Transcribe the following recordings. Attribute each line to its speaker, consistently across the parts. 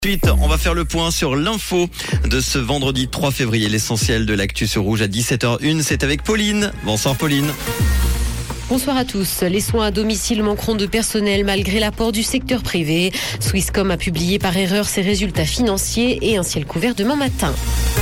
Speaker 1: Ensuite, on va faire le point sur l'info de ce vendredi 3 février. L'essentiel de l'actu sur Rouge à 17h01, c'est avec Pauline. Bonsoir Pauline.
Speaker 2: Bonsoir à tous. Les soins à domicile manqueront de personnel malgré l'apport du secteur privé. Swisscom a publié par erreur ses résultats financiers et un ciel couvert demain matin.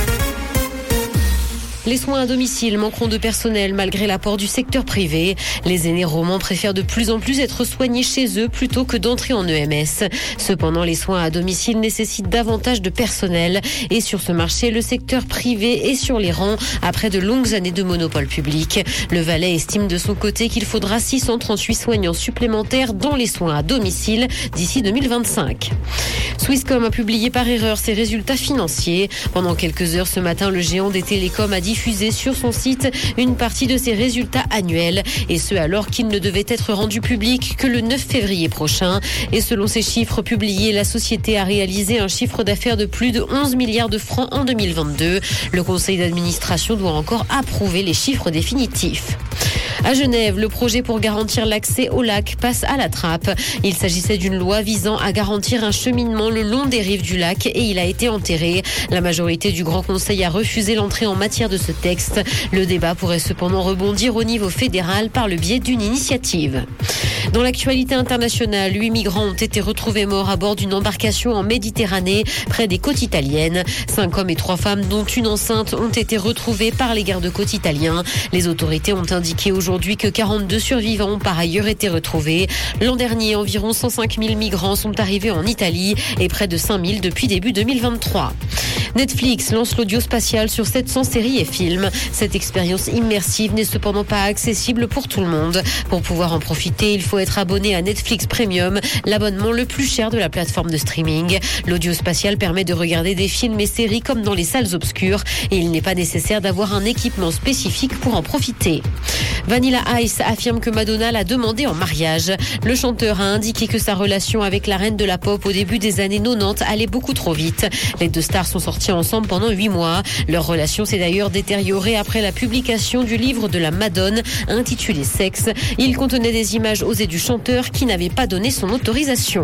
Speaker 2: Les soins à domicile manqueront de personnel malgré l'apport du secteur privé. Les aînés romans préfèrent de plus en plus être soignés chez eux plutôt que d'entrer en EMS. Cependant, les soins à domicile nécessitent davantage de personnel. Et sur ce marché, le secteur privé est sur les rangs après de longues années de monopole public. Le Valais estime de son côté qu'il faudra 638 soignants supplémentaires dans les soins à domicile d'ici 2025. Swisscom a publié par erreur ses résultats financiers. Pendant quelques heures ce matin, le géant des télécoms a diffusé sur son site une partie de ses résultats annuels, et ce alors qu'il ne devait être rendu public que le 9 février prochain. Et selon ces chiffres publiés, la société a réalisé un chiffre d'affaires de plus de 11 milliards de francs en 2022. Le conseil d'administration doit encore approuver les chiffres définitifs. À Genève, le projet pour garantir l'accès au lac passe à la trappe. Il s'agissait d'une loi visant à garantir un cheminement le long des rives du lac et il a été enterré. La majorité du Grand Conseil a refusé l'entrée en matière de ce texte. Le débat pourrait cependant rebondir au niveau fédéral par le biais d'une initiative. Dans l'actualité internationale, 8 migrants ont été retrouvés morts à bord d'une embarcation en Méditerranée, près des côtes italiennes. 5 hommes et 3 femmes, dont une enceinte, ont été retrouvés par les gardes-côtes italiens. Les autorités ont indiqué aujourd'hui que 42 survivants ont par ailleurs été retrouvés. L'an dernier, environ 105 000 migrants sont arrivés en Italie et près de 5 000 depuis début 2023. Netflix lance l'audio spatial sur 700 séries et films. Cette expérience immersive n'est cependant pas accessible pour tout le monde. Pour pouvoir en profiter, il faut être abonné à Netflix Premium, l'abonnement le plus cher de la plateforme de streaming. L'audio spatial permet de regarder des films et séries comme dans les salles obscures et il n'est pas nécessaire d'avoir un équipement spécifique pour en profiter. Vanilla Ice affirme que Madonna l'a demandé en mariage. Le chanteur a indiqué que sa relation avec la reine de la pop au début des années 90 allait beaucoup trop vite. Les deux stars sont sorties ensemble pendant 8 mois. Leur relation s'est d'ailleurs détériorée après la publication du livre de la Madone intitulé Sexe. Il contenait des images osées du chanteur qui n'avait pas donné son autorisation.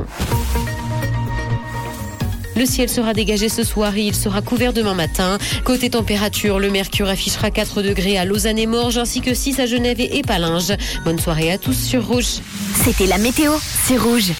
Speaker 2: Le ciel sera dégagé ce soir et il sera couvert demain matin. Côté température, le mercure affichera 4 degrés à Lausanne et Morges ainsi que 6 à Genève et Épalinges. Bonne soirée à tous sur Rouge.
Speaker 3: C'était la météo, c'est Rouge.